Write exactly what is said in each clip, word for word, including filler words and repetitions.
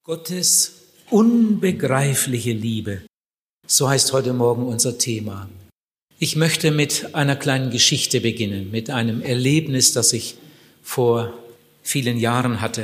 Gottes unbegreifliche Liebe. So heißt heute Morgen unser Thema. Ich möchte mit einer kleinen Geschichte beginnen, mit einem Erlebnis, das ich vor vielen Jahren hatte.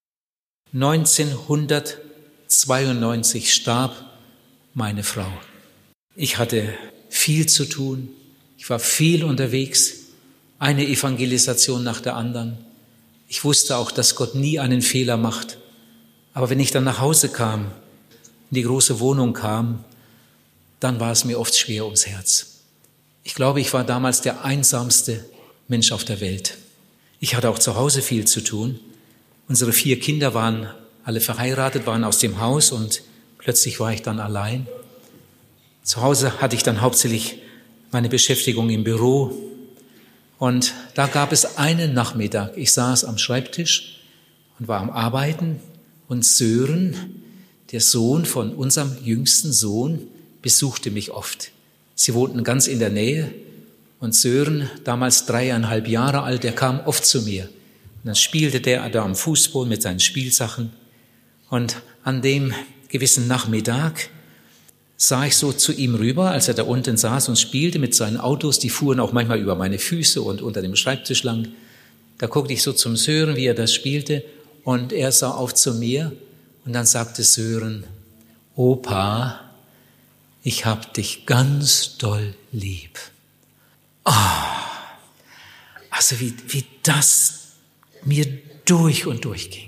neunzehnhundertzweiundneunzig starb meine Frau. Ich hatte viel zu tun, ich war viel unterwegs, eine Evangelisation nach der anderen. Ich wusste auch, dass Gott nie einen Fehler macht. Aber wenn ich dann nach Hause kam, in die große Wohnung kam, dann war es mir oft schwer ums Herz. Ich glaube, ich war damals der einsamste Mensch auf der Welt. Ich hatte auch zu Hause viel zu tun. Unsere vier Kinder waren alle verheiratet, waren aus dem Haus und plötzlich war ich dann allein. Zu Hause hatte ich dann hauptsächlich meine Beschäftigung im Büro. Und da gab es einen Nachmittag. Ich saß am Schreibtisch und war am Arbeiten. Und Sören, der Sohn von unserem jüngsten Sohn, besuchte mich oft. Sie wohnten ganz in der Nähe und Sören, damals dreieinhalb Jahre alt, der kam oft zu mir. Und dann spielte der da am Fußboden mit seinen Spielsachen. Und an dem gewissen Nachmittag sah ich so zu ihm rüber, als er da unten saß und spielte mit seinen Autos. Die fuhren auch manchmal über meine Füße und unter dem Schreibtisch lang. Da guckte ich so zum Sören, wie er das spielte. Und er sah auf zu mir und dann sagte Sören, Opa, ich hab dich ganz doll lieb. Ah, also wie, wie das mir durch und durch ging.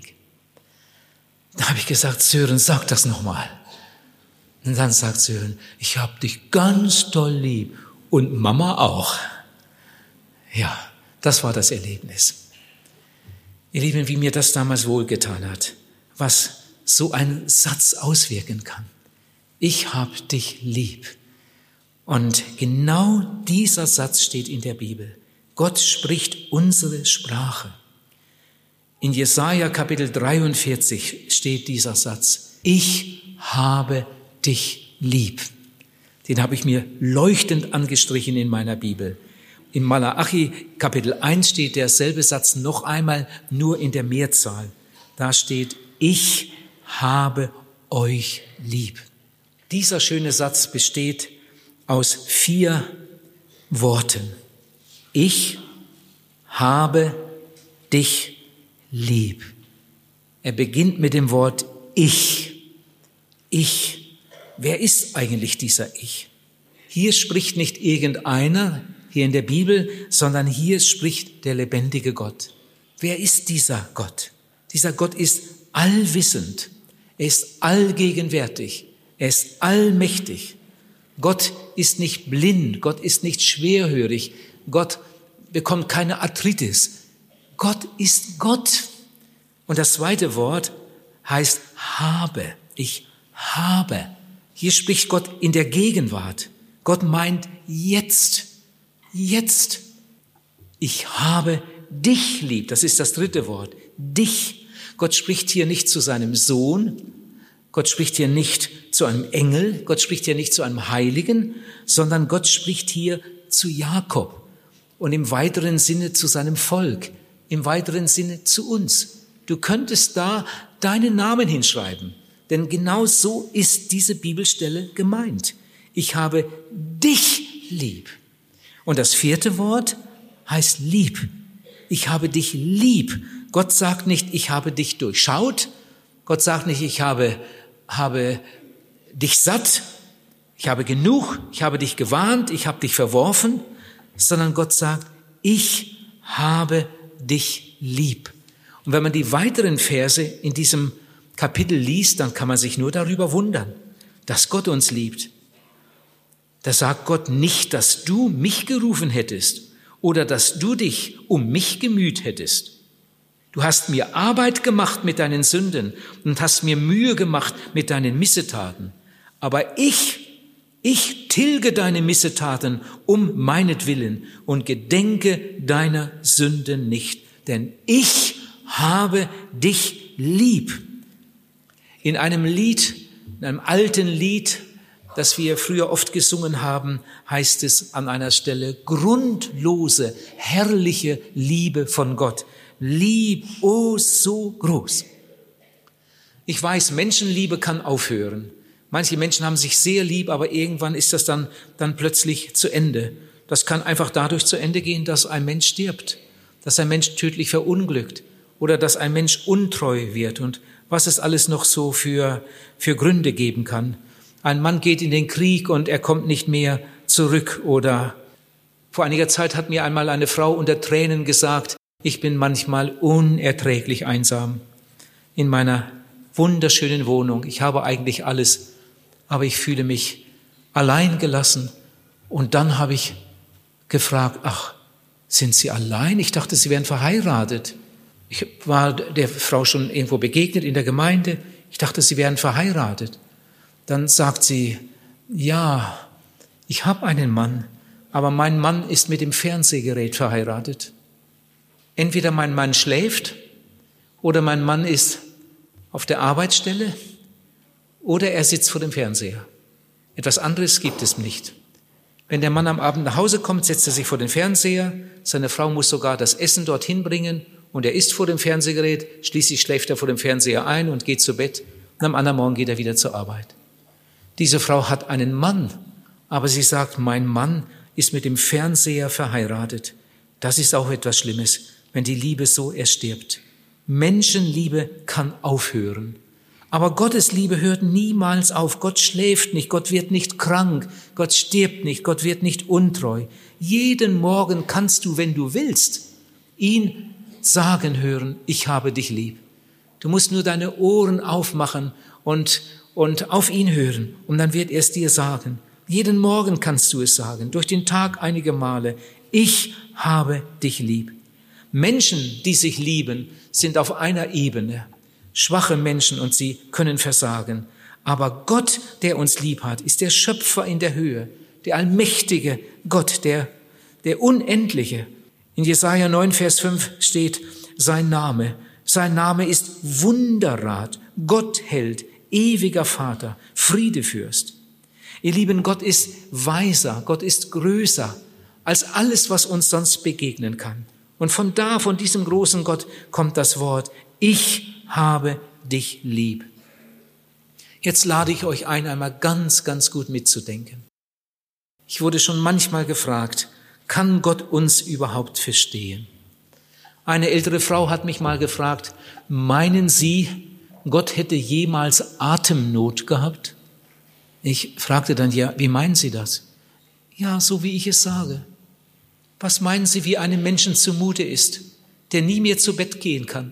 Da habe ich gesagt, Sören, sag das nochmal. Und dann sagt Sören, ich hab dich ganz doll lieb und Mama auch. Ja, das war das Erlebnis. Ihr Lieben, wie mir das damals wohlgetan hat, was so ein Satz auswirken kann. Ich hab dich lieb. Und genau dieser Satz steht in der Bibel. Gott spricht unsere Sprache. In Jesaja Kapitel dreiundvierzig steht dieser Satz. Ich habe dich lieb. Den habe ich mir leuchtend angestrichen in meiner Bibel. In Malachi Kapitel eins steht derselbe Satz noch einmal, nur in der Mehrzahl. Da steht, ich habe euch lieb. Dieser schöne Satz besteht aus vier Worten. Ich habe dich lieb. Er beginnt mit dem Wort ich. Ich. Wer ist eigentlich dieser Ich? Hier spricht nicht irgendeiner, hier in der Bibel, sondern hier spricht der lebendige Gott. Wer ist dieser Gott? Dieser Gott ist allwissend, er ist allgegenwärtig, er ist allmächtig. Gott ist nicht blind, Gott ist nicht schwerhörig, Gott bekommt keine Arthritis. Gott ist Gott. Und das zweite Wort heißt habe, ich habe. Hier spricht Gott in der Gegenwart. Gott meint jetzt. Jetzt, ich habe dich lieb. Das ist das dritte Wort. Dich. Gott spricht hier nicht zu seinem Sohn. Gott spricht hier nicht zu einem Engel. Gott spricht hier nicht zu einem Heiligen, sondern Gott spricht hier zu Jakob und im weiteren Sinne zu seinem Volk, im weiteren Sinne zu uns. Du könntest da deinen Namen hinschreiben, denn genau so ist diese Bibelstelle gemeint. Ich habe dich lieb. Und das vierte Wort heißt lieb. Ich habe dich lieb. Gott sagt nicht, ich habe dich durchschaut. Gott sagt nicht, ich habe, habe dich satt. Ich habe genug. Ich habe dich gewarnt. Ich habe dich verworfen. Sondern Gott sagt, ich habe dich lieb. Und wenn man die weiteren Verse in diesem Kapitel liest, dann kann man sich nur darüber wundern, dass Gott uns liebt. Da sagt Gott nicht, dass du mich gerufen hättest oder dass du dich um mich gemüht hättest. Du hast mir Arbeit gemacht mit deinen Sünden und hast mir Mühe gemacht mit deinen Missetaten. Aber ich, ich tilge deine Missetaten um meinetwillen und gedenke deiner Sünden nicht. Denn ich habe dich lieb. In einem Lied, in einem alten Lied, das wir früher oft gesungen haben, heißt es an einer Stelle, grundlose, herrliche Liebe von Gott. Lieb, oh so groß. Ich weiß, Menschenliebe kann aufhören. Manche Menschen haben sich sehr lieb, aber irgendwann ist das dann, dann plötzlich zu Ende. Das kann einfach dadurch zu Ende gehen, dass ein Mensch stirbt, dass ein Mensch tödlich verunglückt oder dass ein Mensch untreu wird und was es alles noch so für, für Gründe geben kann. Ein Mann geht in den Krieg und er kommt nicht mehr zurück. Oder vor einiger Zeit hat mir einmal eine Frau unter Tränen gesagt, ich bin manchmal unerträglich einsam in meiner wunderschönen Wohnung. Ich habe eigentlich alles, aber ich fühle mich allein gelassen. Und dann habe ich gefragt, ach, sind Sie allein? Ich dachte, Sie wären verheiratet. Ich war der Frau schon irgendwo begegnet in der Gemeinde. Ich dachte, Sie wären verheiratet. Dann sagt sie, ja, ich habe einen Mann, aber mein Mann ist mit dem Fernsehgerät verheiratet. Entweder mein Mann schläft oder mein Mann ist auf der Arbeitsstelle oder er sitzt vor dem Fernseher. Etwas anderes gibt es nicht. Wenn der Mann am Abend nach Hause kommt, setzt er sich vor den Fernseher. Seine Frau muss sogar das Essen dorthin bringen und er isst vor dem Fernsehgerät. Schließlich schläft er vor dem Fernseher ein und geht zu Bett und am anderen Morgen geht er wieder zur Arbeit. Diese Frau hat einen Mann, aber sie sagt, mein Mann ist mit dem Fernseher verheiratet. Das ist auch etwas Schlimmes, wenn die Liebe so erstirbt. Menschenliebe kann aufhören. Aber Gottes Liebe hört niemals auf. Gott schläft nicht, Gott wird nicht krank, Gott stirbt nicht, Gott wird nicht untreu. Jeden Morgen kannst du, wenn du willst, ihn sagen hören, ich habe dich lieb. Du musst nur deine Ohren aufmachen und, und auf ihn hören und dann wird er es dir sagen. Jeden Morgen kannst du es sagen, durch den Tag einige Male, ich habe dich lieb. Menschen, die sich lieben, sind auf einer Ebene. Schwache Menschen und sie können versagen. Aber Gott, der uns lieb hat, ist der Schöpfer in der Höhe, der allmächtige Gott, der, der Unendliche. In Jesaja neun, Vers fünf steht sein Name. Sein Name ist Wunderrat, Gottheld, ewiger Vater, Friedefürst. Ihr Lieben, Gott ist weiser, Gott ist größer als alles, was uns sonst begegnen kann. Und von da, von diesem großen Gott, kommt das Wort, ich habe dich lieb. Jetzt lade ich euch ein, einmal ganz, ganz gut mitzudenken. Ich wurde schon manchmal gefragt, kann Gott uns überhaupt verstehen? Eine ältere Frau hat mich mal gefragt, meinen Sie, Gott hätte jemals Atemnot gehabt? Ich fragte dann, ja, wie meinen Sie das? Ja, so wie ich es sage. Was meinen Sie, wie einem Menschen zumute ist, der nie mehr zu Bett gehen kann?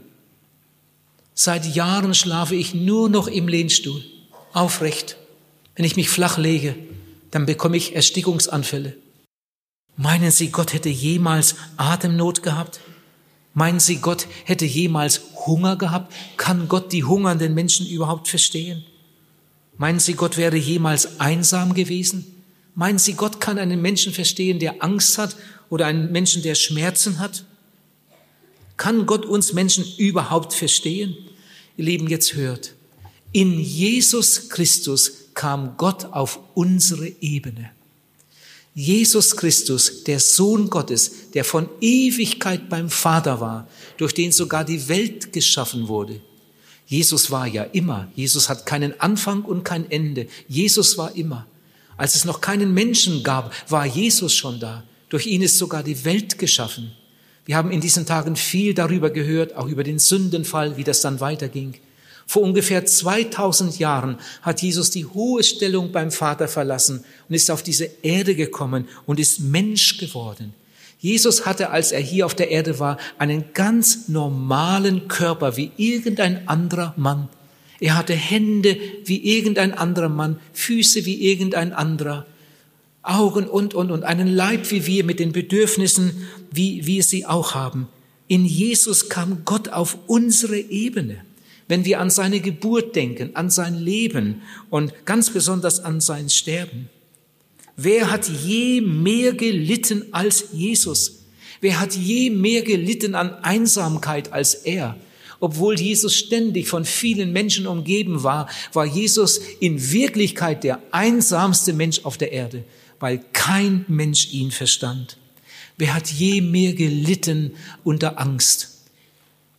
Seit Jahren schlafe ich nur noch im Lehnstuhl, aufrecht. Wenn ich mich flach lege, dann bekomme ich Erstickungsanfälle. Meinen Sie, Gott hätte jemals Atemnot gehabt? Meinen Sie, Gott hätte jemals Hunger gehabt? Kann Gott die hungernden Menschen überhaupt verstehen? Meinen Sie, Gott wäre jemals einsam gewesen? Meinen Sie, Gott kann einen Menschen verstehen, der Angst hat oder einen Menschen, der Schmerzen hat? Kann Gott uns Menschen überhaupt verstehen? Ihr Lieben, jetzt hört. In Jesus Christus kam Gott auf unsere Ebene. Jesus Christus, der Sohn Gottes, der von Ewigkeit beim Vater war, durch den sogar die Welt geschaffen wurde. Jesus war ja immer. Jesus hat keinen Anfang und kein Ende. Jesus war immer. Als es noch keinen Menschen gab, war Jesus schon da. Durch ihn ist sogar die Welt geschaffen. Wir haben in diesen Tagen viel darüber gehört, auch über den Sündenfall, wie das dann weiterging. Vor ungefähr zweitausend Jahren hat Jesus die hohe Stellung beim Vater verlassen und ist auf diese Erde gekommen und ist Mensch geworden. Jesus hatte, als er hier auf der Erde war, einen ganz normalen Körper wie irgendein anderer Mann. Er hatte Hände wie irgendein anderer Mann, Füße wie irgendein anderer, Augen und, und, und, einen Leib wie wir mit den Bedürfnissen, wie wir sie auch haben. In Jesus kam Gott auf unsere Ebene. Wenn wir an seine Geburt denken, an sein Leben und ganz besonders an sein Sterben. Wer hat je mehr gelitten als Jesus? Wer hat je mehr gelitten an Einsamkeit als er? Obwohl Jesus ständig von vielen Menschen umgeben war, war Jesus in Wirklichkeit der einsamste Mensch auf der Erde, weil kein Mensch ihn verstand. Wer hat je mehr gelitten unter Angst?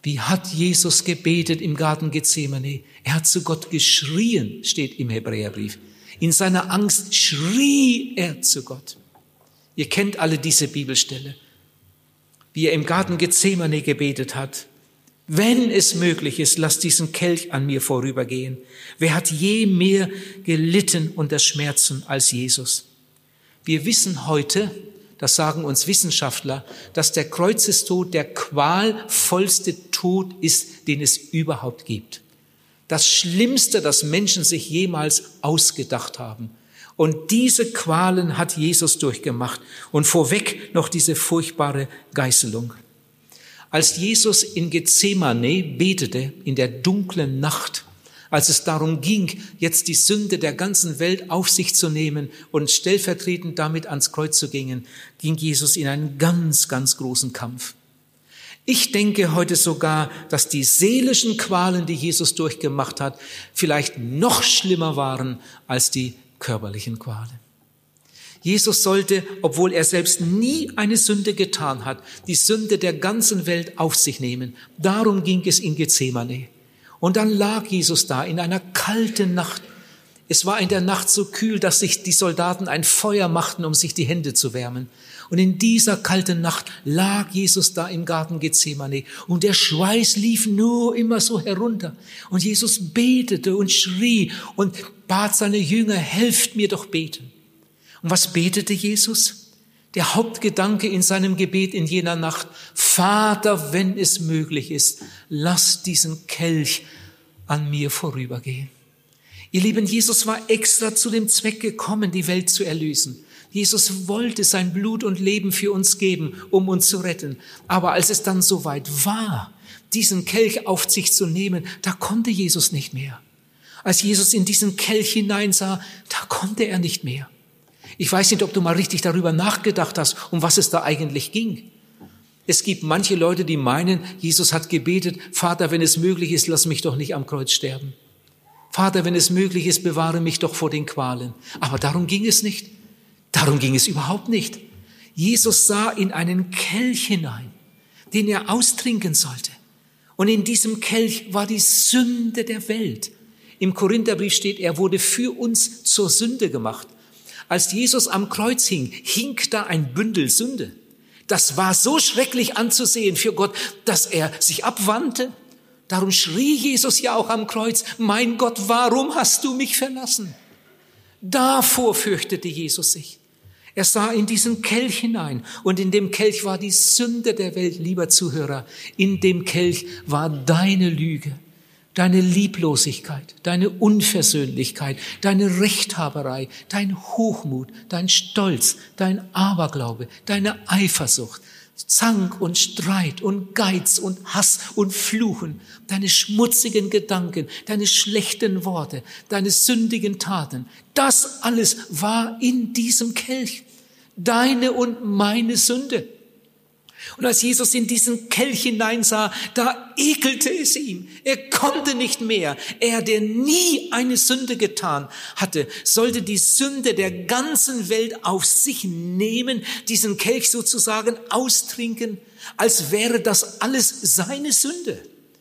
Wie hat Jesus gebetet im Garten Gethsemane? Er hat zu Gott geschrien, steht im Hebräerbrief. In seiner Angst schrie er zu Gott. Ihr kennt alle diese Bibelstelle, wie er im Garten Gethsemane gebetet hat. Wenn es möglich ist, lass diesen Kelch an mir vorübergehen. Wer hat je mehr gelitten unter Schmerzen als Jesus? Wir wissen heute, das sagen uns Wissenschaftler, dass der Kreuzestod der qualvollste Tod ist, den es überhaupt gibt. Das Schlimmste, das Menschen sich jemals ausgedacht haben. Und diese Qualen hat Jesus durchgemacht. Und vorweg noch diese furchtbare Geißelung. Als Jesus in Gethsemane betete, in der dunklen Nacht, als es darum ging, jetzt die Sünde der ganzen Welt auf sich zu nehmen und stellvertretend damit ans Kreuz zu gehen, ging Jesus in einen ganz, ganz großen Kampf. Ich denke heute sogar, dass die seelischen Qualen, die Jesus durchgemacht hat, vielleicht noch schlimmer waren als die körperlichen Qualen. Jesus sollte, obwohl er selbst nie eine Sünde getan hat, die Sünde der ganzen Welt auf sich nehmen. Darum ging es in Gethsemane. Und dann lag Jesus da in einer kalten Nacht. Es war in der Nacht so kühl, dass sich die Soldaten ein Feuer machten, um sich die Hände zu wärmen. Und in dieser kalten Nacht lag Jesus da im Garten Gethsemane und der Schweiß lief nur immer so herunter. Und Jesus betete und schrie und bat seine Jünger, helft mir doch beten. Und was betete Jesus? Der Hauptgedanke in seinem Gebet in jener Nacht: Vater, wenn es möglich ist, lass diesen Kelch an mir vorübergehen. Ihr Lieben, Jesus war extra zu dem Zweck gekommen, die Welt zu erlösen. Jesus wollte sein Blut und Leben für uns geben, um uns zu retten. Aber als es dann soweit war, diesen Kelch auf sich zu nehmen, da konnte Jesus nicht mehr. Als Jesus in diesen Kelch hineinsah, da konnte er nicht mehr. Ich weiß nicht, ob du mal richtig darüber nachgedacht hast, um was es da eigentlich ging. Es gibt manche Leute, die meinen, Jesus hat gebetet, Vater, wenn es möglich ist, lass mich doch nicht am Kreuz sterben. Vater, wenn es möglich ist, bewahre mich doch vor den Qualen. Aber darum ging es nicht. Darum ging es überhaupt nicht. Jesus sah in einen Kelch hinein, den er austrinken sollte. Und in diesem Kelch war die Sünde der Welt. Im Korintherbrief steht, er wurde für uns zur Sünde gemacht. Als Jesus am Kreuz hing, hing da ein Bündel Sünde. Das war so schrecklich anzusehen für Gott, dass er sich abwandte. Darum schrie Jesus ja auch am Kreuz, mein Gott, warum hast du mich verlassen? Davor fürchtete Jesus sich. Er sah in diesen Kelch hinein und in dem Kelch war die Sünde der Welt, lieber Zuhörer. In dem Kelch war deine Lüge, deine Lieblosigkeit, deine Unversöhnlichkeit, deine Rechthaberei, dein Hochmut, dein Stolz, dein Aberglaube, deine Eifersucht, Zank und Streit und Geiz und Hass und Fluchen, deine schmutzigen Gedanken, deine schlechten Worte, deine sündigen Taten. Das alles war in diesem Kelch. Deine und meine Sünde. Und als Jesus in diesen Kelch hineinsah, da ekelte es ihm. Er konnte nicht mehr. Er, der nie eine Sünde getan hatte, sollte die Sünde der ganzen Welt auf sich nehmen, diesen Kelch sozusagen austrinken, als wäre das alles seine Sünde.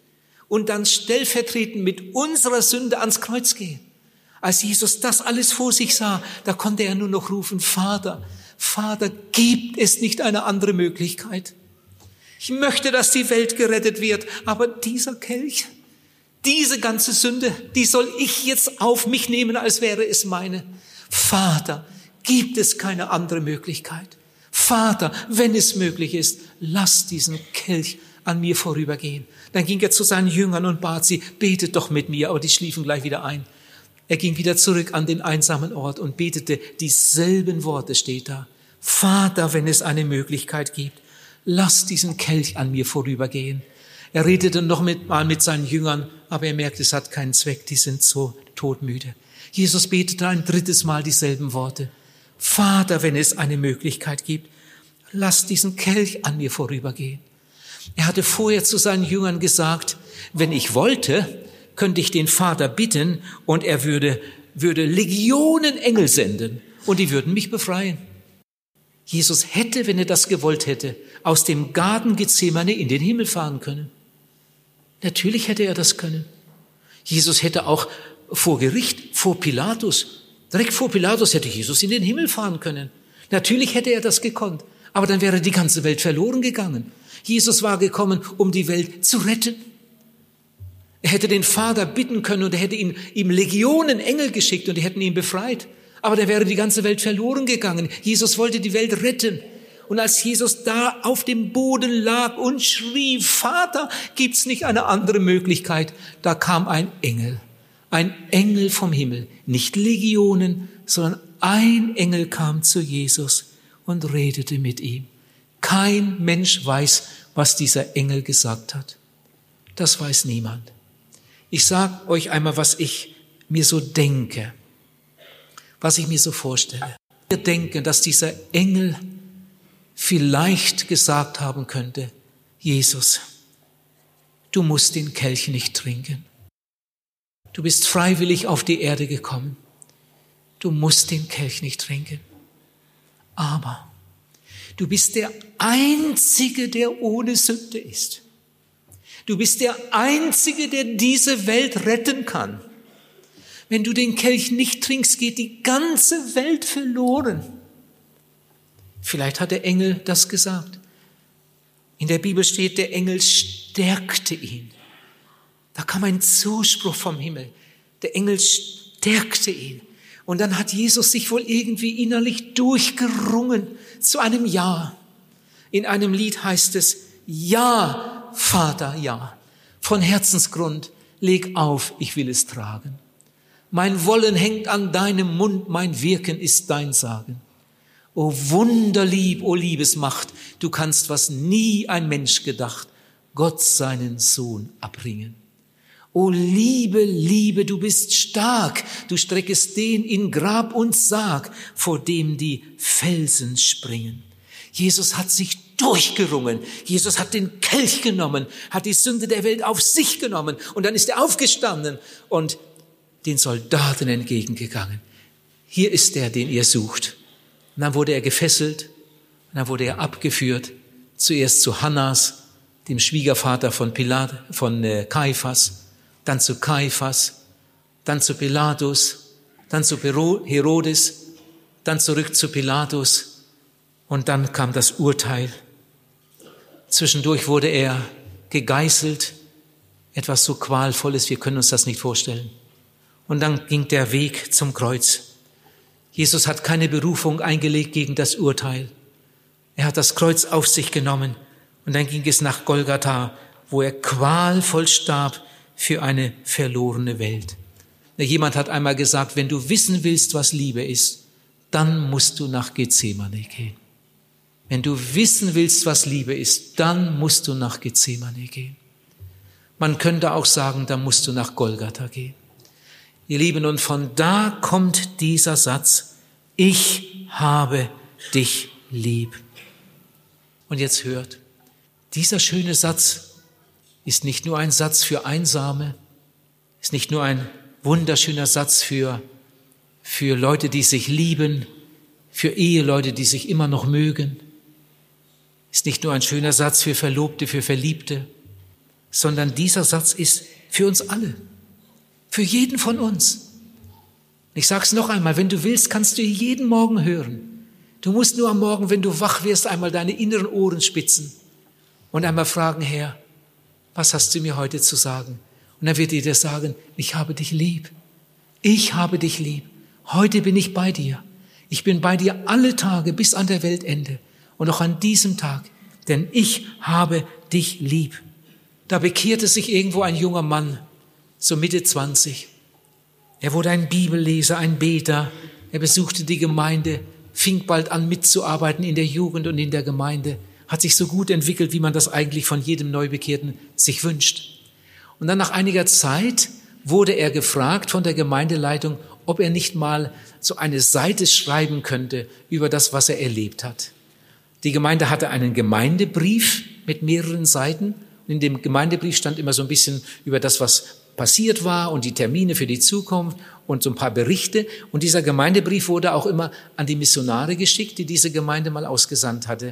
Und dann stellvertretend mit unserer Sünde ans Kreuz gehen. Als Jesus das alles vor sich sah, da konnte er nur noch rufen, Vater, Vater, gibt es nicht eine andere Möglichkeit? Ich möchte, dass die Welt gerettet wird, aber dieser Kelch, diese ganze Sünde, die soll ich jetzt auf mich nehmen, als wäre es meine. Vater, gibt es keine andere Möglichkeit? Vater, wenn es möglich ist, lass diesen Kelch an mir vorübergehen. Dann ging er zu seinen Jüngern und bat sie, betet doch mit mir, aber die schliefen gleich wieder ein. Er ging wieder zurück an den einsamen Ort und betete dieselben Worte, steht da. Vater, wenn es eine Möglichkeit gibt, lass diesen Kelch an mir vorübergehen. Er redete noch mit, mal mit seinen Jüngern, aber er merkte, es hat keinen Zweck, die sind so todmüde. Jesus betete ein drittes Mal dieselben Worte. Vater, wenn es eine Möglichkeit gibt, lass diesen Kelch an mir vorübergehen. Er hatte vorher zu seinen Jüngern gesagt, wenn ich wollte, könnte ich den Vater bitten und er würde, würde Legionen Engel senden und die würden mich befreien. Jesus hätte, wenn er das gewollt hätte, aus dem Garten Gethsemane in den Himmel fahren können. Natürlich hätte er das können. Jesus hätte auch vor Gericht, vor Pilatus, direkt vor Pilatus hätte Jesus in den Himmel fahren können. Natürlich hätte er das gekonnt, aber dann wäre die ganze Welt verloren gegangen. Jesus war gekommen, um die Welt zu retten. Er hätte den Vater bitten können und er hätte ihm, ihm Legionen Engel geschickt und die hätten ihn befreit. Aber dann wäre die ganze Welt verloren gegangen. Jesus wollte die Welt retten. Und als Jesus da auf dem Boden lag und schrie, Vater, gibt's nicht eine andere Möglichkeit? Da kam ein Engel, ein Engel vom Himmel, nicht Legionen, sondern ein Engel kam zu Jesus und redete mit ihm. Kein Mensch weiß, was dieser Engel gesagt hat. Das weiß niemand. Ich sage euch einmal, was ich mir so denke, was ich mir so vorstelle. Wir denken, dass dieser Engel vielleicht gesagt haben könnte, Jesus, du musst den Kelch nicht trinken. Du bist freiwillig auf die Erde gekommen. Du musst den Kelch nicht trinken. Aber du bist der Einzige, der ohne Sünde ist. Du bist der Einzige, der diese Welt retten kann. Wenn du den Kelch nicht trinkst, geht die ganze Welt verloren. Vielleicht hat der Engel das gesagt. In der Bibel steht, der Engel stärkte ihn. Da kam ein Zuspruch vom Himmel. Der Engel stärkte ihn. Und dann hat Jesus sich wohl irgendwie innerlich durchgerungen zu einem Ja. In einem Lied heißt es, Ja, Vater, ja. Von Herzensgrund, leg auf, ich will es tragen. Mein Wollen hängt an deinem Mund, mein Wirken ist dein Sagen. O Wunderlieb, o Liebesmacht, du kannst, was nie ein Mensch gedacht, Gott seinen Sohn abbringen. O Liebe, Liebe, du bist stark, du streckest den in Grab und Sarg, vor dem die Felsen springen. Jesus hat sich durchgerungen. Jesus hat den Kelch genommen, hat die Sünde der Welt auf sich genommen und dann ist er aufgestanden und den Soldaten entgegengegangen. Hier ist der, den ihr sucht. Und dann wurde er gefesselt und dann wurde er abgeführt, zuerst zu Hannas, dem Schwiegervater von Pilat, von äh, Kaiphas, dann zu Kaiphas, dann zu Pilatus, dann zu Herodes, dann zurück zu Pilatus und dann kam das Urteil. Zwischendurch wurde er gegeißelt, etwas so Qualvolles, wir können uns das nicht vorstellen. Und dann ging der Weg zum Kreuz. Jesus hat keine Berufung eingelegt gegen das Urteil. Er hat das Kreuz auf sich genommen und dann ging es nach Golgatha, wo er qualvoll starb für eine verlorene Welt. Jemand hat einmal gesagt, wenn du wissen willst, was Liebe ist, dann musst du nach Gethsemane gehen. Wenn du wissen willst, was Liebe ist, dann musst du nach Gethsemane gehen. Man könnte auch sagen, dann musst du nach Golgatha gehen. Ihr Lieben, und von da kommt dieser Satz, ich habe dich lieb. Und jetzt hört, dieser schöne Satz ist nicht nur ein Satz für Einsame, ist nicht nur ein wunderschöner Satz für, für Leute, die sich lieben, für Eheleute, die sich immer noch mögen, ist nicht nur ein schöner Satz für Verlobte, für Verliebte, sondern dieser Satz ist für uns alle, für jeden von uns. Ich sage es noch einmal, wenn du willst, kannst du jeden Morgen hören. Du musst nur am Morgen, wenn du wach wirst, einmal deine inneren Ohren spitzen und einmal fragen, Herr, was hast du mir heute zu sagen? Und dann wird er dir sagen, ich habe dich lieb. Ich habe dich lieb. Heute bin ich bei dir. Ich bin bei dir alle Tage bis an der Weltende und auch an diesem Tag, denn ich habe dich lieb. Da bekehrte sich irgendwo ein junger Mann, so Mitte zwanzig. Er wurde ein Bibelleser, ein Beter. Er besuchte die Gemeinde, fing bald an mitzuarbeiten in der Jugend und in der Gemeinde, hat sich so gut entwickelt, wie man das eigentlich von jedem Neubekehrten sich wünscht. Und dann nach einiger Zeit wurde er gefragt von der Gemeindeleitung, ob er nicht mal so eine Seite schreiben könnte über das, was er erlebt hat. Die Gemeinde hatte einen Gemeindebrief mit mehreren Seiten. Und in dem Gemeindebrief stand immer so ein bisschen über das, was passiert war und die Termine für die Zukunft und so ein paar Berichte. Und dieser Gemeindebrief wurde auch immer an die Missionare geschickt, die diese Gemeinde mal ausgesandt hatte.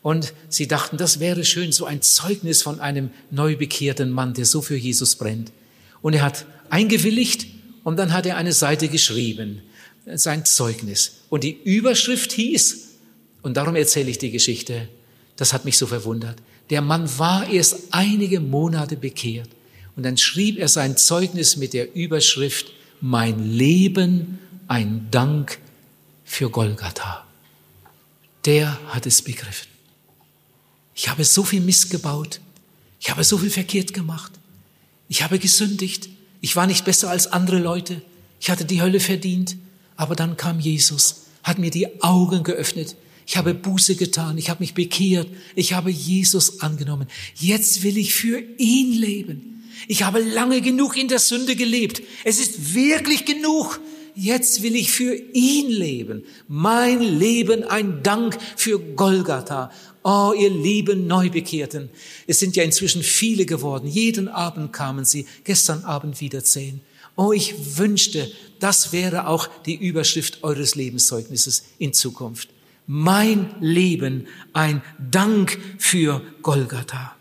Und sie dachten, das wäre schön, so ein Zeugnis von einem neubekehrten Mann, der so für Jesus brennt. Und er hat eingewilligt und dann hat er eine Seite geschrieben, sein Zeugnis. Und die Überschrift hieß, und darum erzähle ich die Geschichte, das hat mich so verwundert, der Mann war erst einige Monate bekehrt. Und dann schrieb er sein Zeugnis mit der Überschrift, mein Leben, ein Dank für Golgatha. Der hat es begriffen. Ich habe so viel Mist gebaut. Ich habe so viel verkehrt gemacht. Ich habe gesündigt. Ich war nicht besser als andere Leute. Ich hatte die Hölle verdient. Aber dann kam Jesus, hat mir die Augen geöffnet. Ich habe Buße getan. Ich habe mich bekehrt. Ich habe Jesus angenommen. Jetzt will ich für ihn leben. Ich habe lange genug in der Sünde gelebt. Es ist wirklich genug. Jetzt will ich für ihn leben. Mein Leben, ein Dank für Golgatha. Oh, ihr lieben Neubekehrten. Es sind ja inzwischen viele geworden. Jeden Abend kamen sie, gestern Abend wieder zehn. Oh, ich wünschte, das wäre auch die Überschrift eures Lebenszeugnisses in Zukunft. Mein Leben, ein Dank für Golgatha.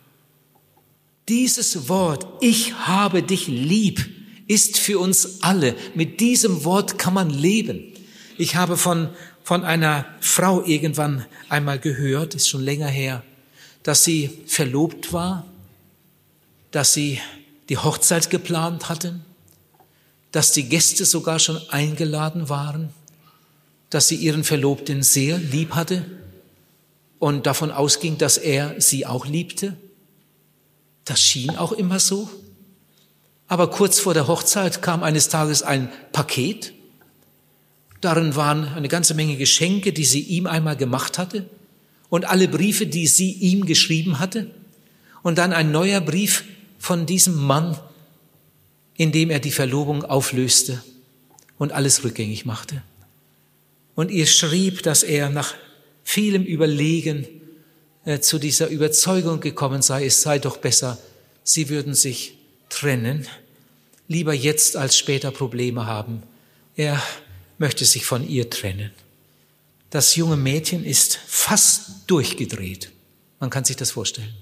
Dieses Wort, ich habe dich lieb, ist für uns alle. Mit diesem Wort kann man leben. Ich habe von, von einer Frau irgendwann einmal gehört, ist schon länger her, dass sie verlobt war, dass sie die Hochzeit geplant hatten, dass die Gäste sogar schon eingeladen waren, dass sie ihren Verlobten sehr lieb hatte und davon ausging, dass er sie auch liebte. Das schien auch immer so. Aber kurz vor der Hochzeit kam eines Tages ein Paket. Darin waren eine ganze Menge Geschenke, die sie ihm einmal gemacht hatte und alle Briefe, die sie ihm geschrieben hatte. Und dann ein neuer Brief von diesem Mann, in dem er die Verlobung auflöste und alles rückgängig machte. Und ihr schrieb, dass er nach vielem Überlegen äh, zu dieser Überzeugung gekommen sei, es sei doch besser, sie würden sich trennen, lieber jetzt als später Probleme haben. Er möchte sich von ihr trennen. Das junge Mädchen ist fast durchgedreht. Man kann sich das vorstellen.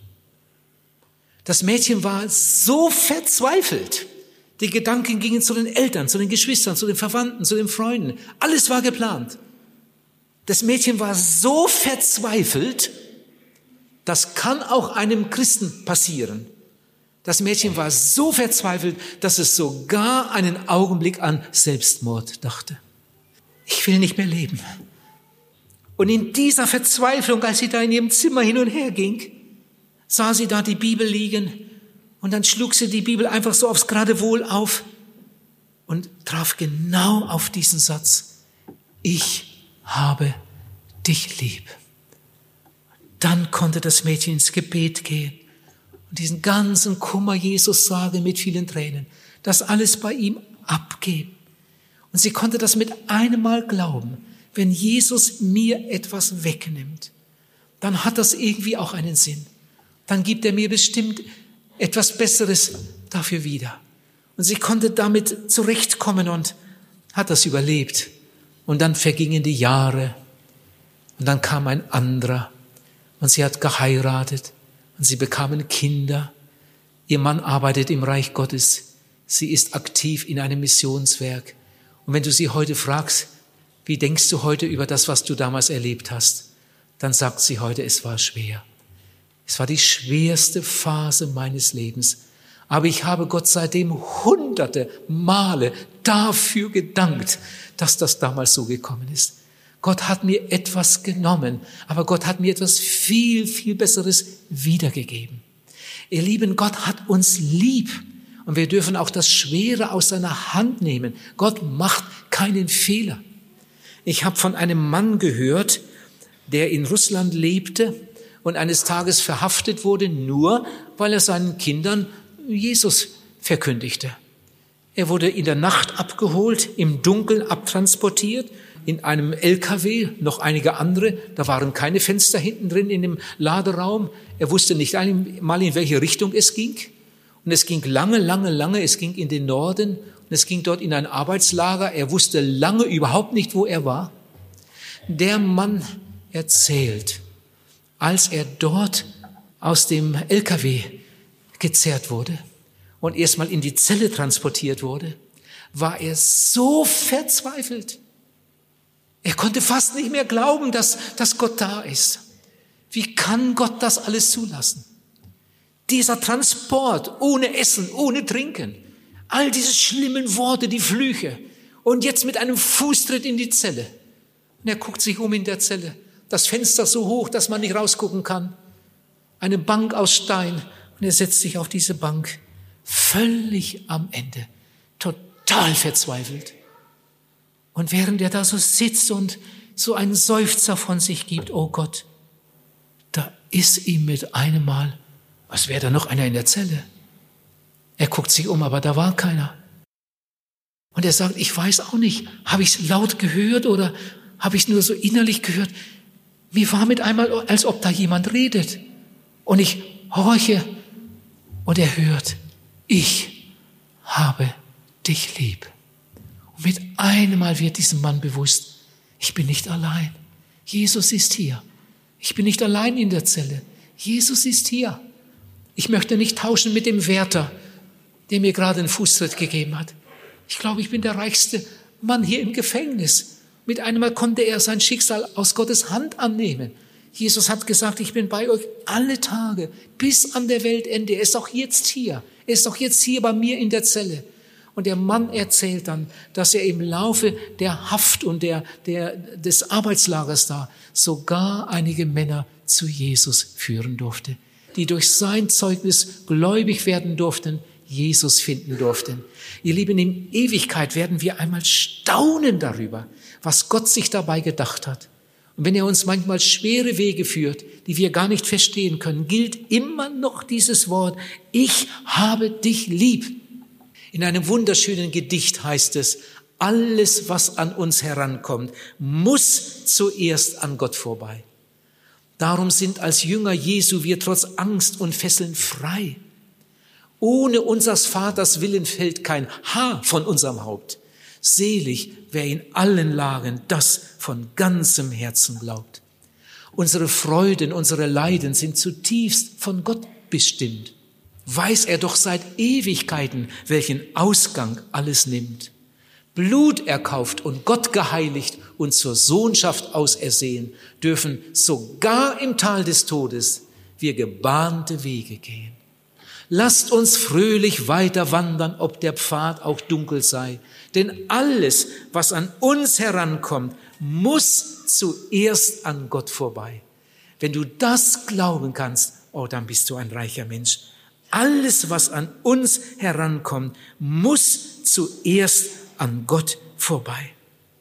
Das Mädchen war so verzweifelt. Die Gedanken gingen zu den Eltern, zu den Geschwistern, zu den Verwandten, zu den Freunden. Alles war geplant. Das Mädchen war so verzweifelt, das kann auch einem Christen passieren. Das Mädchen war so verzweifelt, dass es sogar einen Augenblick an Selbstmord dachte. Ich will nicht mehr leben. Und in dieser Verzweiflung, als sie da in ihrem Zimmer hin und her ging, sah sie da die Bibel liegen und dann schlug sie die Bibel einfach so aufs Geradewohl auf und traf genau auf diesen Satz. Ich habe dich lieb. Dann konnte das Mädchen ins Gebet gehen und diesen ganzen Kummer Jesus sagen mit vielen Tränen, das alles bei ihm abgeben. Und sie konnte das mit einem Mal glauben. Wenn Jesus mir etwas wegnimmt, dann hat das irgendwie auch einen Sinn. Dann gibt er mir bestimmt etwas Besseres dafür wieder. Und sie konnte damit zurechtkommen und hat das überlebt. Und dann vergingen die Jahre und dann kam ein anderer und sie hat geheiratet und sie bekamen Kinder. Ihr Mann arbeitet im Reich Gottes. Sie ist aktiv in einem Missionswerk. Und wenn du sie heute fragst, wie denkst du heute über das, was du damals erlebt hast, dann sagt sie heute, es war schwer. Es war die schwerste Phase meines Lebens. Aber ich habe Gott seitdem hunderte Male dafür gedankt, dass das damals so gekommen ist. Gott hat mir etwas genommen, aber Gott hat mir etwas viel, viel Besseres wiedergegeben. Ihr Lieben, Gott hat uns lieb und wir dürfen auch das Schwere aus seiner Hand nehmen. Gott macht keinen Fehler. Ich habe von einem Mann gehört, der in Russland lebte und eines Tages verhaftet wurde, nur weil er seinen Kindern Jesus verkündigte. Er wurde in der Nacht abgeholt, im Dunkeln abtransportiert, in einem L K W, noch einige andere. Da waren keine Fenster hinten drin in dem Laderaum. Er wusste nicht einmal, in welche Richtung es ging. Und es ging lange, lange, lange, es ging in den Norden und es ging dort in ein Arbeitslager. Er wusste lange überhaupt nicht, wo er war. Der Mann erzählt, als er dort aus dem L K W gezerrt wurde und erstmal in die Zelle transportiert wurde, war er so verzweifelt. Er konnte fast nicht mehr glauben, dass, dass Gott da ist. Wie kann Gott das alles zulassen? Dieser Transport ohne Essen, ohne Trinken, all diese schlimmen Worte, die Flüche und jetzt mit einem Fußtritt in die Zelle. Und er guckt sich um in der Zelle. Das Fenster so hoch, dass man nicht rausgucken kann. Eine Bank aus Stein. Und er setzt sich auf diese Bank. Völlig am Ende. Total verzweifelt. Und während er da so sitzt und so einen Seufzer von sich gibt, oh Gott, da ist ihm mit einem Mal, was wäre da noch einer in der Zelle? Er guckt sich um, aber da war keiner. Und er sagt, ich weiß auch nicht, habe ich es laut gehört oder habe ich es nur so innerlich gehört? Mir war mit einmal, als ob da jemand redet. Und ich horche und er hört, ich habe dich lieb. Und mit einem Mal wird diesem Mann bewusst, ich bin nicht allein. Jesus ist hier. Ich bin nicht allein in der Zelle. Jesus ist hier. Ich möchte nicht tauschen mit dem Wärter, der mir gerade einen Fußtritt gegeben hat. Ich glaube, ich bin der reichste Mann hier im Gefängnis. Mit einem Mal konnte er sein Schicksal aus Gottes Hand annehmen. Jesus hat gesagt, ich bin bei euch alle Tage bis an der Weltende. Er ist auch jetzt hier. Er ist auch jetzt hier bei mir in der Zelle. Und der Mann erzählt dann, dass er im Laufe der Haft und der, der, des Arbeitslagers da sogar einige Männer zu Jesus führen durfte, die durch sein Zeugnis gläubig werden durften, Jesus finden durften. Ihr Lieben, in Ewigkeit werden wir einmal staunen darüber, was Gott sich dabei gedacht hat. Und wenn er uns manchmal schwere Wege führt, die wir gar nicht verstehen können, gilt immer noch dieses Wort, ich habe dich lieb. In einem wunderschönen Gedicht heißt es, alles, was an uns herankommt, muss zuerst an Gott vorbei. Darum sind als Jünger Jesu wir trotz Angst und Fesseln frei. Ohne unseres Vaters Willen fällt kein Haar von unserem Haupt. Selig, wer in allen Lagen das von ganzem Herzen glaubt. Unsere Freuden, unsere Leiden sind zutiefst von Gott bestimmt. Weiß er doch seit Ewigkeiten, welchen Ausgang alles nimmt. Blut erkauft und Gott geheiligt und zur Sohnschaft ausersehen, dürfen sogar im Tal des Todes wir gebahnte Wege gehen. Lasst uns fröhlich weiter wandern, ob der Pfad auch dunkel sei. Denn alles, was an uns herankommt, muss zuerst an Gott vorbei. Wenn du das glauben kannst, oh, dann bist du ein reicher Mensch. Alles, was an uns herankommt, muss zuerst an Gott vorbei.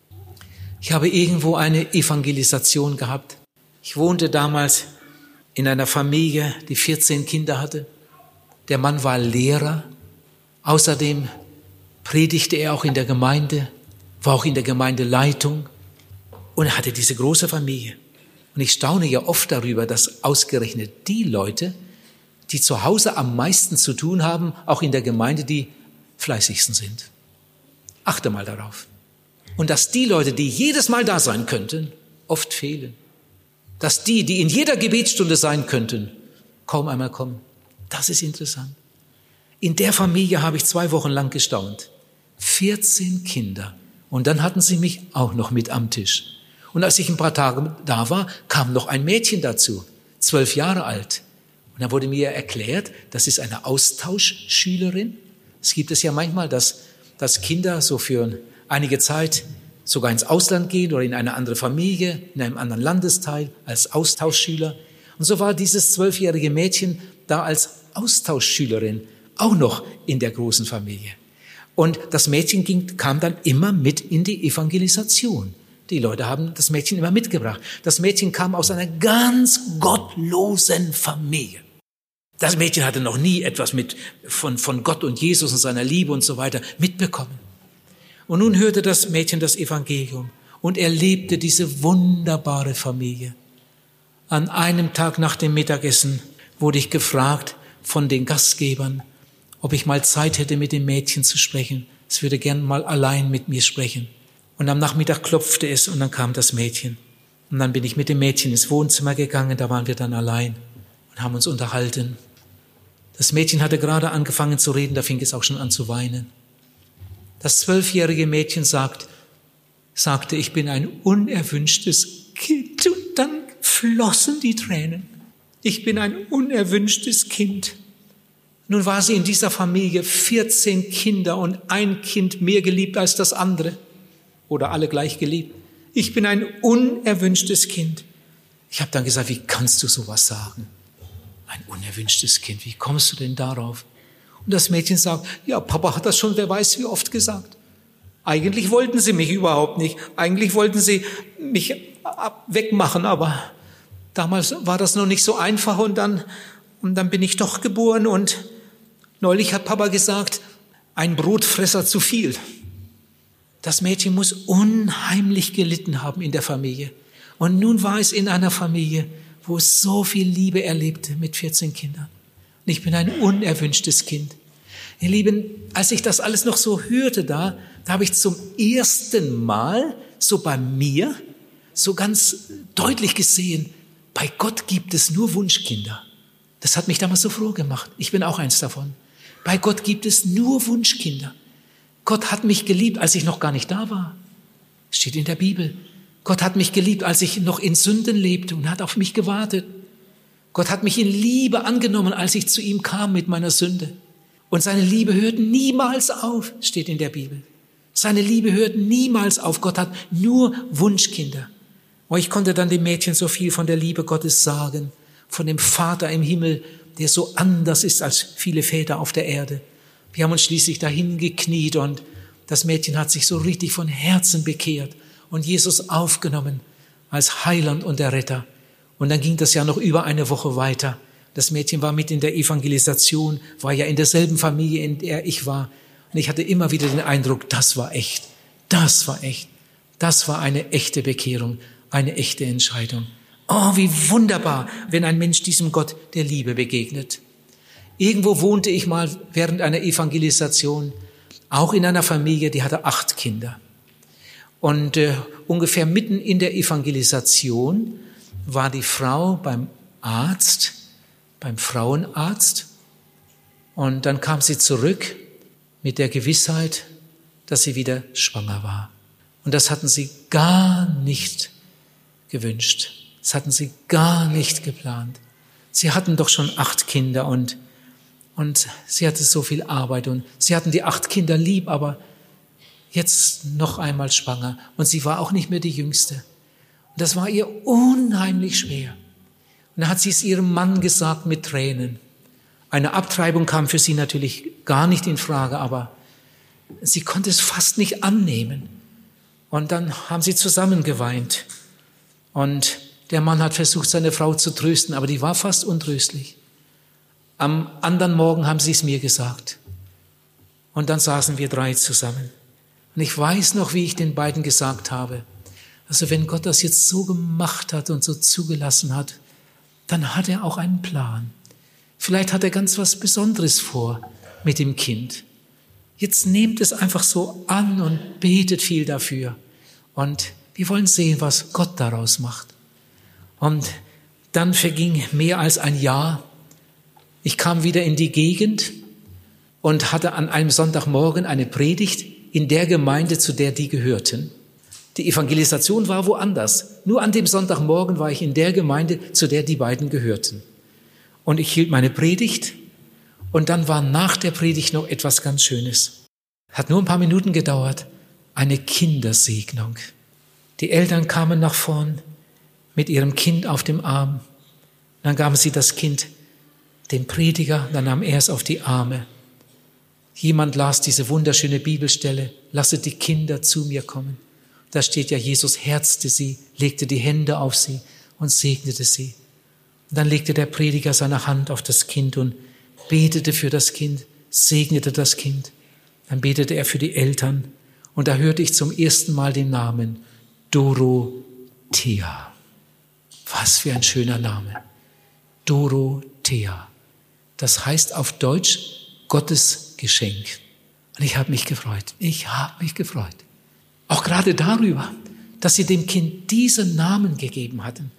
Ich habe irgendwo eine Evangelisation gehabt. Ich wohnte damals in einer Familie, die vierzehn Kinder hatte. Der Mann war Lehrer. Außerdem predigte er auch in der Gemeinde, war auch in der Gemeindeleitung und er hatte diese große Familie. Und ich staune ja oft darüber, dass ausgerechnet die Leute, die zu Hause am meisten zu tun haben, auch in der Gemeinde die fleißigsten sind. Achte mal darauf. Und dass die Leute, die jedes Mal da sein könnten, oft fehlen. Dass die, die in jeder Gebetsstunde sein könnten, kaum einmal kommen. Das ist interessant. In der Familie habe ich zwei Wochen lang gestaunt. vierzehn Kinder. Und dann hatten sie mich auch noch mit am Tisch. Und als ich ein paar Tage da war, kam noch ein Mädchen dazu, zwölf Jahre alt. Und dann wurde mir erklärt, das ist eine Austauschschülerin. Es gibt es ja manchmal, dass, dass Kinder so für einige Zeit sogar ins Ausland gehen oder in eine andere Familie, in einem anderen Landesteil als Austauschschüler. Und so war dieses zwölfjährige Mädchen da als Austauschschülerin auch noch in der großen Familie. Und das Mädchen ging, kam dann immer mit in die Evangelisation. Die Leute haben das Mädchen immer mitgebracht. Das Mädchen kam aus einer ganz gottlosen Familie. Das Mädchen hatte noch nie etwas mit von, von Gott und Jesus und seiner Liebe und so weiter mitbekommen. Und nun hörte das Mädchen das Evangelium und erlebte diese wunderbare Familie. An einem Tag nach dem Mittagessen wurde ich gefragt von den Gastgebern, ob ich mal Zeit hätte, mit dem Mädchen zu sprechen. Es würde gern mal allein mit mir sprechen. Und am Nachmittag klopfte es und dann kam das Mädchen. Und dann bin ich mit dem Mädchen ins Wohnzimmer gegangen, da waren wir dann allein und haben uns unterhalten. Das Mädchen hatte gerade angefangen zu reden, da fing es auch schon an zu weinen. Das zwölfjährige Mädchen sagt, sagte, ich bin ein unerwünschtes Kind. Und dann flossen die Tränen. Ich bin ein unerwünschtes Kind. Nun war sie in dieser Familie vierzehn Kinder und ein Kind mehr geliebt als das andere. Oder alle gleich geliebt. Ich bin ein unerwünschtes Kind. Ich habe dann gesagt, wie kannst du sowas sagen? Ein unerwünschtes Kind, wie kommst du denn darauf? Und das Mädchen sagt, ja, Papa hat das schon, wer weiß wie oft gesagt. Eigentlich wollten sie mich überhaupt nicht. Eigentlich wollten sie mich wegmachen, aber damals war das noch nicht so einfach und dann, und dann bin ich doch geboren und neulich hat Papa gesagt, ein Brotfresser zu viel. Das Mädchen muss unheimlich gelitten haben in der Familie. Und nun war es in einer Familie, wo es so viel Liebe erlebte mit vierzehn Kindern. Und ich bin ein unerwünschtes Kind. Ihr Lieben, als ich das alles noch so hörte da, da habe ich zum ersten Mal so bei mir so ganz deutlich gesehen, bei Gott gibt es nur Wunschkinder. Das hat mich damals so froh gemacht. Ich bin auch eins davon. Bei Gott gibt es nur Wunschkinder. Gott hat mich geliebt, als ich noch gar nicht da war. Steht in der Bibel. Gott hat mich geliebt, als ich noch in Sünden lebte und hat auf mich gewartet. Gott hat mich in Liebe angenommen, als ich zu ihm kam mit meiner Sünde. Und seine Liebe hört niemals auf, steht in der Bibel. Seine Liebe hört niemals auf. Gott hat nur Wunschkinder. Und ich konnte dann dem Mädchen so viel von der Liebe Gottes sagen, von dem Vater im Himmel, der so anders ist als viele Väter auf der Erde. Wir haben uns schließlich dahin gekniet und das Mädchen hat sich so richtig von Herzen bekehrt und Jesus aufgenommen als Heiland und der Retter. Und dann ging das ja noch über eine Woche weiter. Das Mädchen war mit in der Evangelisation, war ja in derselben Familie, in der ich war. Und ich hatte immer wieder den Eindruck, das war echt, das war echt, das war eine echte Bekehrung, eine echte Entscheidung. Oh, wie wunderbar, wenn ein Mensch diesem Gott der Liebe begegnet. Irgendwo wohnte ich mal während einer Evangelisation, auch in einer Familie, die hatte acht Kinder. Und äh, ungefähr mitten in der Evangelisation war die Frau beim Arzt, beim Frauenarzt. Und dann kam sie zurück mit der Gewissheit, dass sie wieder schwanger war. Und das hatten sie gar nicht gewünscht. Das hatten sie gar nicht geplant. Sie hatten doch schon acht Kinder und, und sie hatte so viel Arbeit und sie hatten die acht Kinder lieb, aber jetzt noch einmal schwanger und sie war auch nicht mehr die Jüngste. Und das war ihr unheimlich schwer. Und dann hat sie es ihrem Mann gesagt mit Tränen. Eine Abtreibung kam für sie natürlich gar nicht in Frage, aber sie konnte es fast nicht annehmen. Und dann haben sie zusammen geweint. Und der Mann hat versucht, seine Frau zu trösten, aber die war fast untröstlich. Am anderen Morgen haben sie es mir gesagt. Und dann saßen wir drei zusammen. Und ich weiß noch, wie ich den beiden gesagt habe, also wenn Gott das jetzt so gemacht hat und so zugelassen hat, dann hat er auch einen Plan. Vielleicht hat er ganz was Besonderes vor mit dem Kind. Jetzt nehmt es einfach so an und betet viel dafür. Und wir wollen sehen, was Gott daraus macht. Und dann verging mehr als ein Jahr. Ich kam wieder in die Gegend und hatte an einem Sonntagmorgen eine Predigt in der Gemeinde, zu der die gehörten. Die Evangelisation war woanders. Nur an dem Sonntagmorgen war ich in der Gemeinde, zu der die beiden gehörten. Und ich hielt meine Predigt und dann war nach der Predigt noch etwas ganz Schönes. Hat nur ein paar Minuten gedauert. Eine Kindersegnung. Die Eltern kamen nach vorn mit ihrem Kind auf dem Arm. Dann gaben sie das Kind dem Prediger, dann nahm er es auf die Arme. Jemand las diese wunderschöne Bibelstelle, lasset die Kinder zu mir kommen. Da steht ja, Jesus herzte sie, legte die Hände auf sie und segnete sie. Und dann legte der Prediger seine Hand auf das Kind und betete für das Kind, segnete das Kind. Dann betete er für die Eltern und da hörte ich zum ersten Mal den Namen Dorothea. Was für ein schöner Name. Dorothea. Das heißt auf Deutsch Gottes Geschenk. Und ich habe mich gefreut. Ich habe mich gefreut. Auch gerade darüber, dass sie dem Kind diesen Namen gegeben hatten.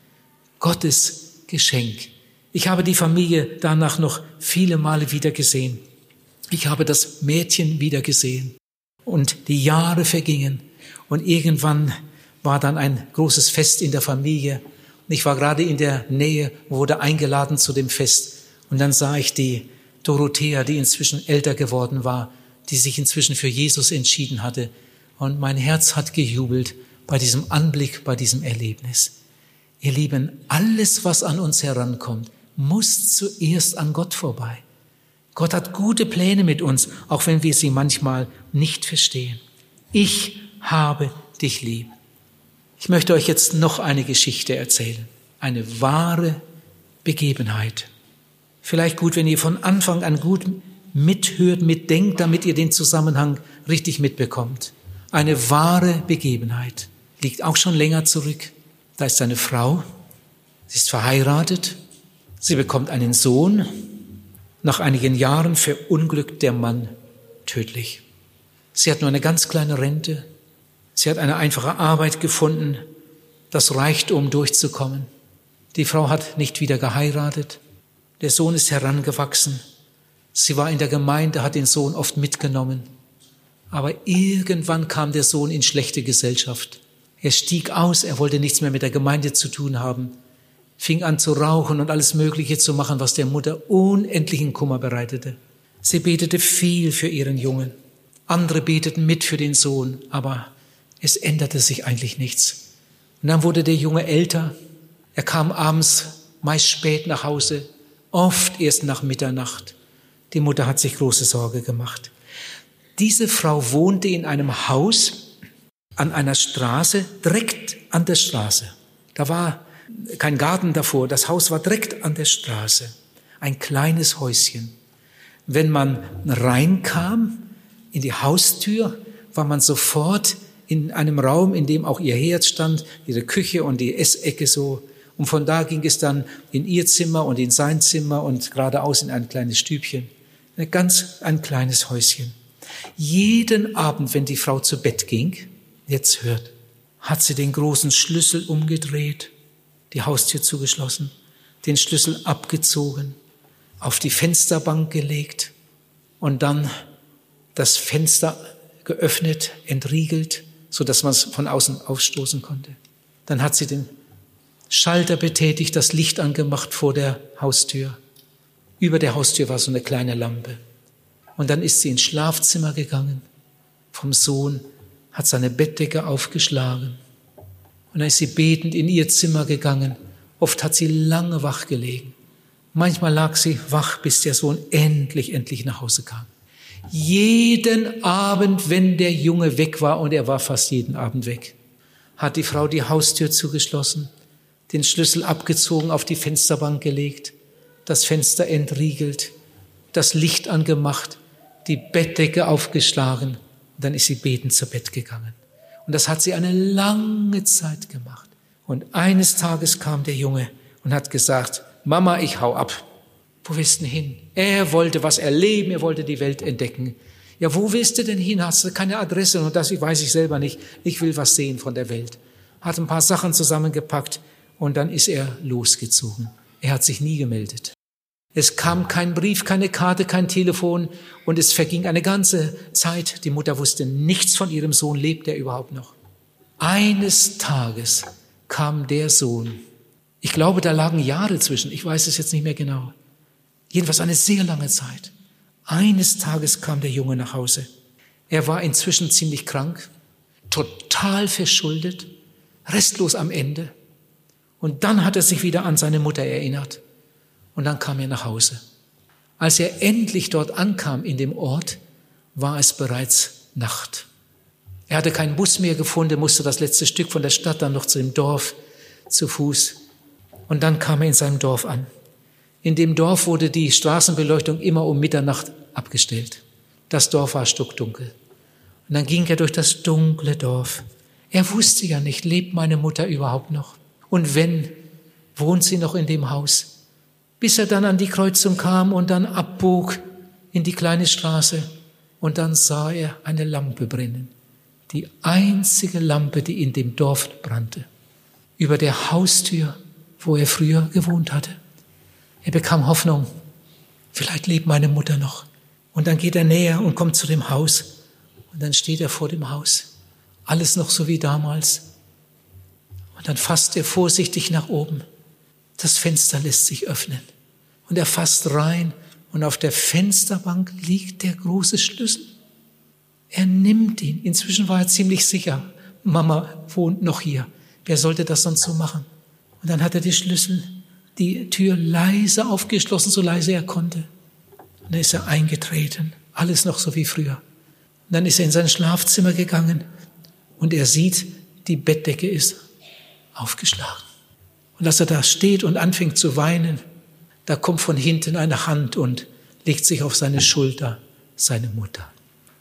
Gottes Geschenk. Ich habe die Familie danach noch viele Male wieder gesehen. Ich habe das Mädchen wieder gesehen. Und die Jahre vergingen. Und irgendwann war dann ein großes Fest in der Familie. Und ich war gerade in der Nähe, wurde eingeladen zu dem Fest. Und dann sah ich die Dorothea, die inzwischen älter geworden war, die sich inzwischen für Jesus entschieden hatte. Und mein Herz hat gejubelt bei diesem Anblick, bei diesem Erlebnis. Ihr Lieben, alles, was an uns herankommt, muss zuerst an Gott vorbei. Gott hat gute Pläne mit uns, auch wenn wir sie manchmal nicht verstehen. Ich habe dich lieb. Ich möchte euch jetzt noch eine Geschichte erzählen. Eine wahre Begebenheit. Vielleicht gut, wenn ihr von Anfang an gut mithört, mitdenkt, damit ihr den Zusammenhang richtig mitbekommt. Eine wahre Begebenheit. Liegt auch schon länger zurück. Da ist eine Frau, sie ist verheiratet, sie bekommt einen Sohn. Nach einigen Jahren verunglückt der Mann tödlich. Sie hat nur eine ganz kleine Rente. Sie hat eine einfache Arbeit gefunden. Das reicht, um durchzukommen. Die Frau hat nicht wieder geheiratet. Der Sohn ist herangewachsen. Sie war in der Gemeinde, hat den Sohn oft mitgenommen. Aber irgendwann kam der Sohn in schlechte Gesellschaft. Er stieg aus, er wollte nichts mehr mit der Gemeinde zu tun haben, fing an zu rauchen und alles Mögliche zu machen, was der Mutter unendlichen Kummer bereitete. Sie betete viel für ihren Jungen. Andere beteten mit für den Sohn, aber es änderte sich eigentlich nichts. Und dann wurde der Junge älter. Er kam abends meist spät nach Hause, oft erst nach Mitternacht. Die Mutter hat sich große Sorge gemacht. Diese Frau wohnte in einem Haus an einer Straße, direkt an der Straße. Da war kein Garten davor, das Haus war direkt an der Straße. Ein kleines Häuschen. Wenn man reinkam in die Haustür, war man sofort in einem Raum, in dem auch ihr Herd stand, ihre Küche und die Essecke so. Und von da ging es dann in ihr Zimmer und in sein Zimmer und geradeaus in ein kleines Stübchen. Ein ganz ein kleines Häuschen. Jeden Abend, wenn die Frau zu Bett ging, jetzt hört, hat sie den großen Schlüssel umgedreht, die Haustür zugeschlossen, den Schlüssel abgezogen, auf die Fensterbank gelegt und dann das Fenster geöffnet, entriegelt, so dass man es von außen aufstoßen konnte. Dann hat sie den Schalter betätigt, das Licht angemacht vor der Haustür. Über der Haustür war so eine kleine Lampe. Und dann ist sie ins Schlafzimmer gegangen vom Sohn, hat seine Bettdecke aufgeschlagen. Und dann ist sie betend in ihr Zimmer gegangen. Oft hat sie lange wach gelegen. Manchmal lag sie wach, bis der Sohn endlich, endlich nach Hause kam. Jeden Abend, wenn der Junge weg war, und er war fast jeden Abend weg, hat die Frau die Haustür zugeschlossen, den Schlüssel abgezogen, auf die Fensterbank gelegt, das Fenster entriegelt, das Licht angemacht, die Bettdecke aufgeschlagen. Und dann ist sie betend zu Bett gegangen. Und das hat sie eine lange Zeit gemacht. Und eines Tages kam der Junge und hat gesagt, Mama, ich hau ab. Wo willst du denn hin? Er wollte was erleben, er wollte die Welt entdecken. Ja, wo willst du denn hin? Hast du keine Adresse? Und das weiß ich selber nicht. Ich will was sehen von der Welt. Hat ein paar Sachen zusammengepackt und dann ist er losgezogen. Er hat sich nie gemeldet. Es kam kein Brief, keine Karte, kein Telefon und es verging eine ganze Zeit. Die Mutter wusste nichts von ihrem Sohn. Lebt er überhaupt noch? Eines Tages kam der Sohn. Ich glaube, da lagen Jahre zwischen. Ich weiß es jetzt nicht mehr genau. Jedenfalls eine sehr lange Zeit. Eines Tages kam der Junge nach Hause. Er war inzwischen ziemlich krank, total verschuldet, restlos am Ende. Und dann hat er sich wieder an seine Mutter erinnert. Und dann kam er nach Hause. Als er endlich dort ankam in dem Ort, war es bereits Nacht. Er hatte keinen Bus mehr gefunden, musste das letzte Stück von der Stadt dann noch zu dem Dorf zu Fuß. Und dann kam er in seinem Dorf an. In dem Dorf wurde die Straßenbeleuchtung immer um Mitternacht abgestellt. Das Dorf war stockdunkel. Und dann ging er durch das dunkle Dorf. Er wusste ja nicht, lebt meine Mutter überhaupt noch? Und wenn, wohnt sie noch in dem Haus? Bis er dann an die Kreuzung kam und dann abbog in die kleine Straße. Und dann sah er eine Lampe brennen. Die einzige Lampe, die in dem Dorf brannte. Über der Haustür, wo er früher gewohnt hatte. Er bekam Hoffnung. Vielleicht lebt meine Mutter noch. Und dann geht er näher und kommt zu dem Haus. Und dann steht er vor dem Haus. Alles noch so wie damals. Und dann fasst er vorsichtig nach oben. Das Fenster lässt sich öffnen. Und er fasst rein. Und auf der Fensterbank liegt der große Schlüssel. Er nimmt ihn. Inzwischen war er ziemlich sicher. Mama wohnt noch hier. Wer sollte das sonst so machen? Und dann hat er die Schlüssel, die Tür leise aufgeschlossen, so leise er konnte. Und dann ist er eingetreten. Alles noch so wie früher. Und dann ist er in sein Schlafzimmer gegangen. Und er sieht, die Bettdecke ist aufgeschlagen. Und als er da steht und anfängt zu weinen, da kommt von hinten eine Hand und legt sich auf seine Schulter, seine Mutter.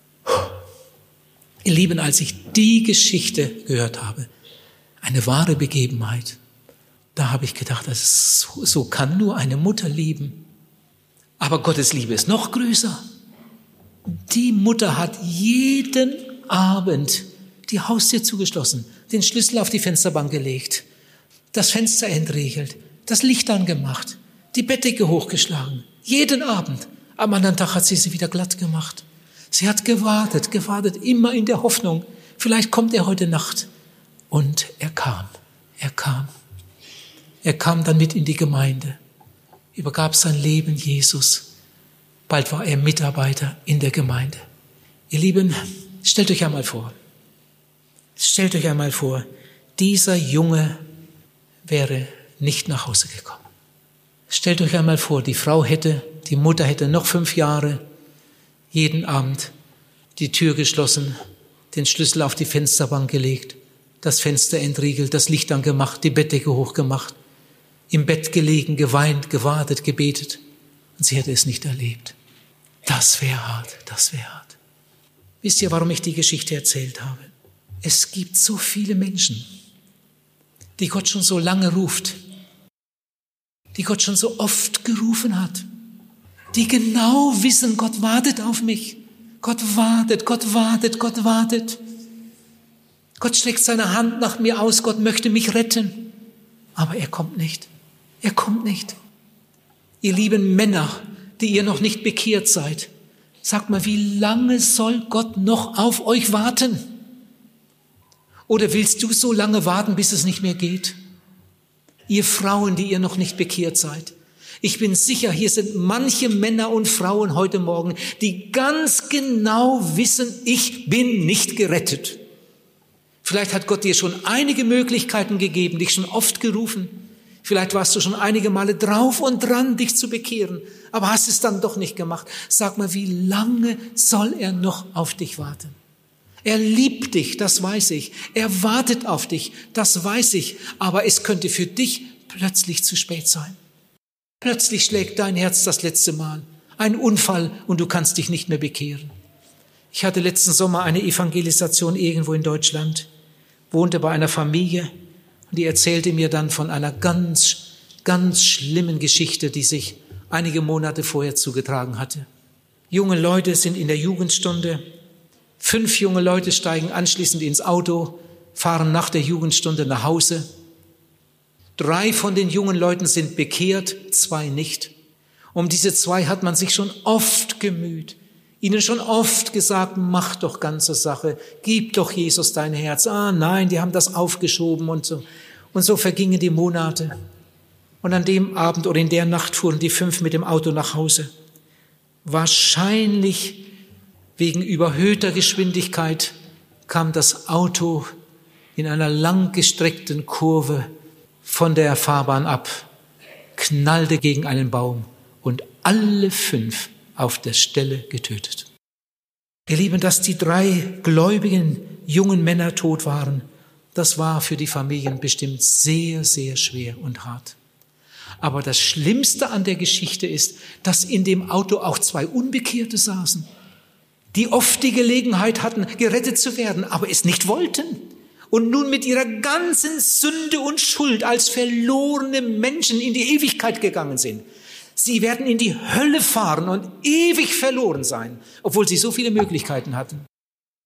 Ihr Lieben, als ich die Geschichte gehört habe, eine wahre Begebenheit, da habe ich gedacht, das ist so, so kann nur eine Mutter lieben. Aber Gottes Liebe ist noch größer. Die Mutter hat jeden Abend die Haustür zugeschlossen, den Schlüssel auf die Fensterbank gelegt, das Fenster entriegelt, das Licht angemacht, die Bettdecke hochgeschlagen. Jeden Abend. Am anderen Tag hat sie sie wieder glatt gemacht. Sie hat gewartet, gewartet, immer in der Hoffnung, vielleicht kommt er heute Nacht. Und er kam, er kam. Er kam dann mit in die Gemeinde, übergab sein Leben Jesus. Bald war er Mitarbeiter in der Gemeinde. Ihr Lieben, stellt euch einmal vor, stellt euch einmal vor, dieser Junge wäre nicht nach Hause gekommen. Stellt euch einmal vor, die Frau hätte, die Mutter hätte noch fünf Jahre jeden Abend die Tür geschlossen, den Schlüssel auf die Fensterbank gelegt, das Fenster entriegelt, das Licht angemacht, die Bettdecke hochgemacht, im Bett gelegen, geweint, gewartet, gebetet. Und sie hätte es nicht erlebt. Das wäre hart, das wäre hart. Wisst ihr, warum ich die Geschichte erzählt habe? Es gibt so viele Menschen, die Gott schon so lange ruft, die Gott schon so oft gerufen hat, die genau wissen, Gott wartet auf mich. Gott wartet, Gott wartet, Gott wartet. Gott streckt seine Hand nach mir aus, Gott möchte mich retten. Aber er kommt nicht. Er kommt nicht. Ihr lieben Männer, die ihr noch nicht bekehrt seid, sagt mal, wie lange soll Gott noch auf euch warten? Oder willst du so lange warten, bis es nicht mehr geht? Ihr Frauen, die ihr noch nicht bekehrt seid. Ich bin sicher, hier sind manche Männer und Frauen heute Morgen, die ganz genau wissen, ich bin nicht gerettet. Vielleicht hat Gott dir schon einige Möglichkeiten gegeben, dich schon oft gerufen. Vielleicht warst du schon einige Male drauf und dran, dich zu bekehren, aber hast es dann doch nicht gemacht. Sag mal, wie lange soll er noch auf dich warten? Er liebt dich, das weiß ich. Er wartet auf dich, das weiß ich. Aber es könnte für dich plötzlich zu spät sein. Plötzlich schlägt dein Herz das letzte Mal. Ein Unfall und du kannst dich nicht mehr bekehren. Ich hatte letzten Sommer eine Evangelisation irgendwo in Deutschland, wohnte bei einer Familie und die erzählte mir dann von einer ganz, ganz schlimmen Geschichte, die sich einige Monate vorher zugetragen hatte. Junge Leute sind in der Jugendstunde. Fünf junge Leute steigen anschließend ins Auto, fahren nach der Jugendstunde nach Hause. Drei von den jungen Leuten sind bekehrt, zwei nicht. Um diese zwei hat man sich schon oft gemüht, ihnen schon oft gesagt, mach doch ganze Sache, gib doch Jesus dein Herz. Ah nein, die haben das aufgeschoben und so. Und so vergingen die Monate. Und an dem Abend oder in der Nacht fuhren die fünf mit dem Auto nach Hause. Wahrscheinlich wegen überhöhter Geschwindigkeit kam das Auto in einer langgestreckten Kurve von der Fahrbahn ab, knallte gegen einen Baum und alle fünf auf der Stelle getötet. Ihr Lieben, dass die drei gläubigen jungen Männer tot waren, das war für die Familien bestimmt sehr, sehr schwer und hart. Aber das Schlimmste an der Geschichte ist, dass in dem Auto auch zwei Unbekehrte saßen, die oft die Gelegenheit hatten, gerettet zu werden, aber es nicht wollten. Und nun mit ihrer ganzen Sünde und Schuld als verlorene Menschen in die Ewigkeit gegangen sind. Sie werden in die Hölle fahren und ewig verloren sein, obwohl sie so viele Möglichkeiten hatten.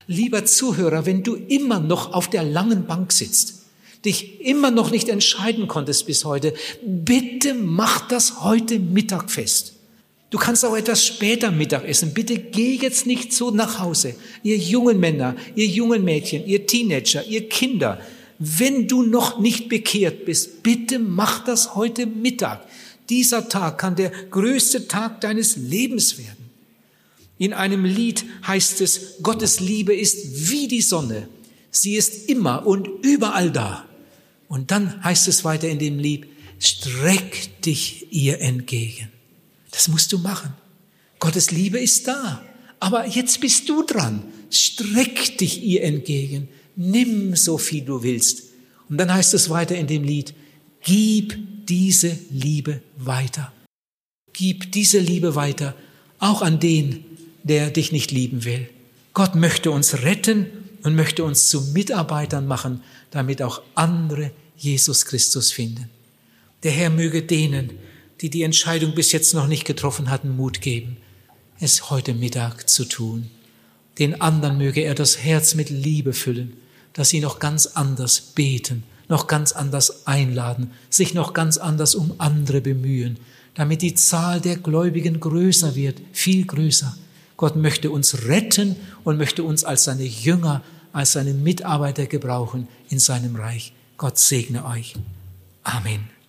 Lieber Zuhörer, wenn du immer noch auf der langen Bank sitzt, dich immer noch nicht entscheiden konntest bis heute, bitte mach das heute Mittag fest. Du kannst auch etwas später Mittag essen. Bitte geh jetzt nicht so nach Hause. Ihr jungen Männer, ihr jungen Mädchen, ihr Teenager, ihr Kinder, wenn du noch nicht bekehrt bist, bitte mach das heute Mittag. Dieser Tag kann der größte Tag deines Lebens werden. In einem Lied heißt es, Gottes Liebe ist wie die Sonne. Sie ist immer und überall da. Und dann heißt es weiter in dem Lied, streck dich ihr entgegen. Das musst du machen. Gottes Liebe ist da. Aber jetzt bist du dran. Streck dich ihr entgegen. Nimm so viel du willst. Und dann heißt es weiter in dem Lied, gib diese Liebe weiter. Gib diese Liebe weiter, auch an den, der dich nicht lieben will. Gott möchte uns retten und möchte uns zu Mitarbeitern machen, damit auch andere Jesus Christus finden. Der Herr möge denen, die die Entscheidung bis jetzt noch nicht getroffen hatten, Mut geben, es heute Mittag zu tun. Den anderen möge er das Herz mit Liebe füllen, dass sie noch ganz anders beten, noch ganz anders einladen, sich noch ganz anders um andere bemühen, damit die Zahl der Gläubigen größer wird, viel größer. Gott möchte uns retten und möchte uns als seine Jünger, als seine Mitarbeiter gebrauchen in seinem Reich. Gott segne euch. Amen.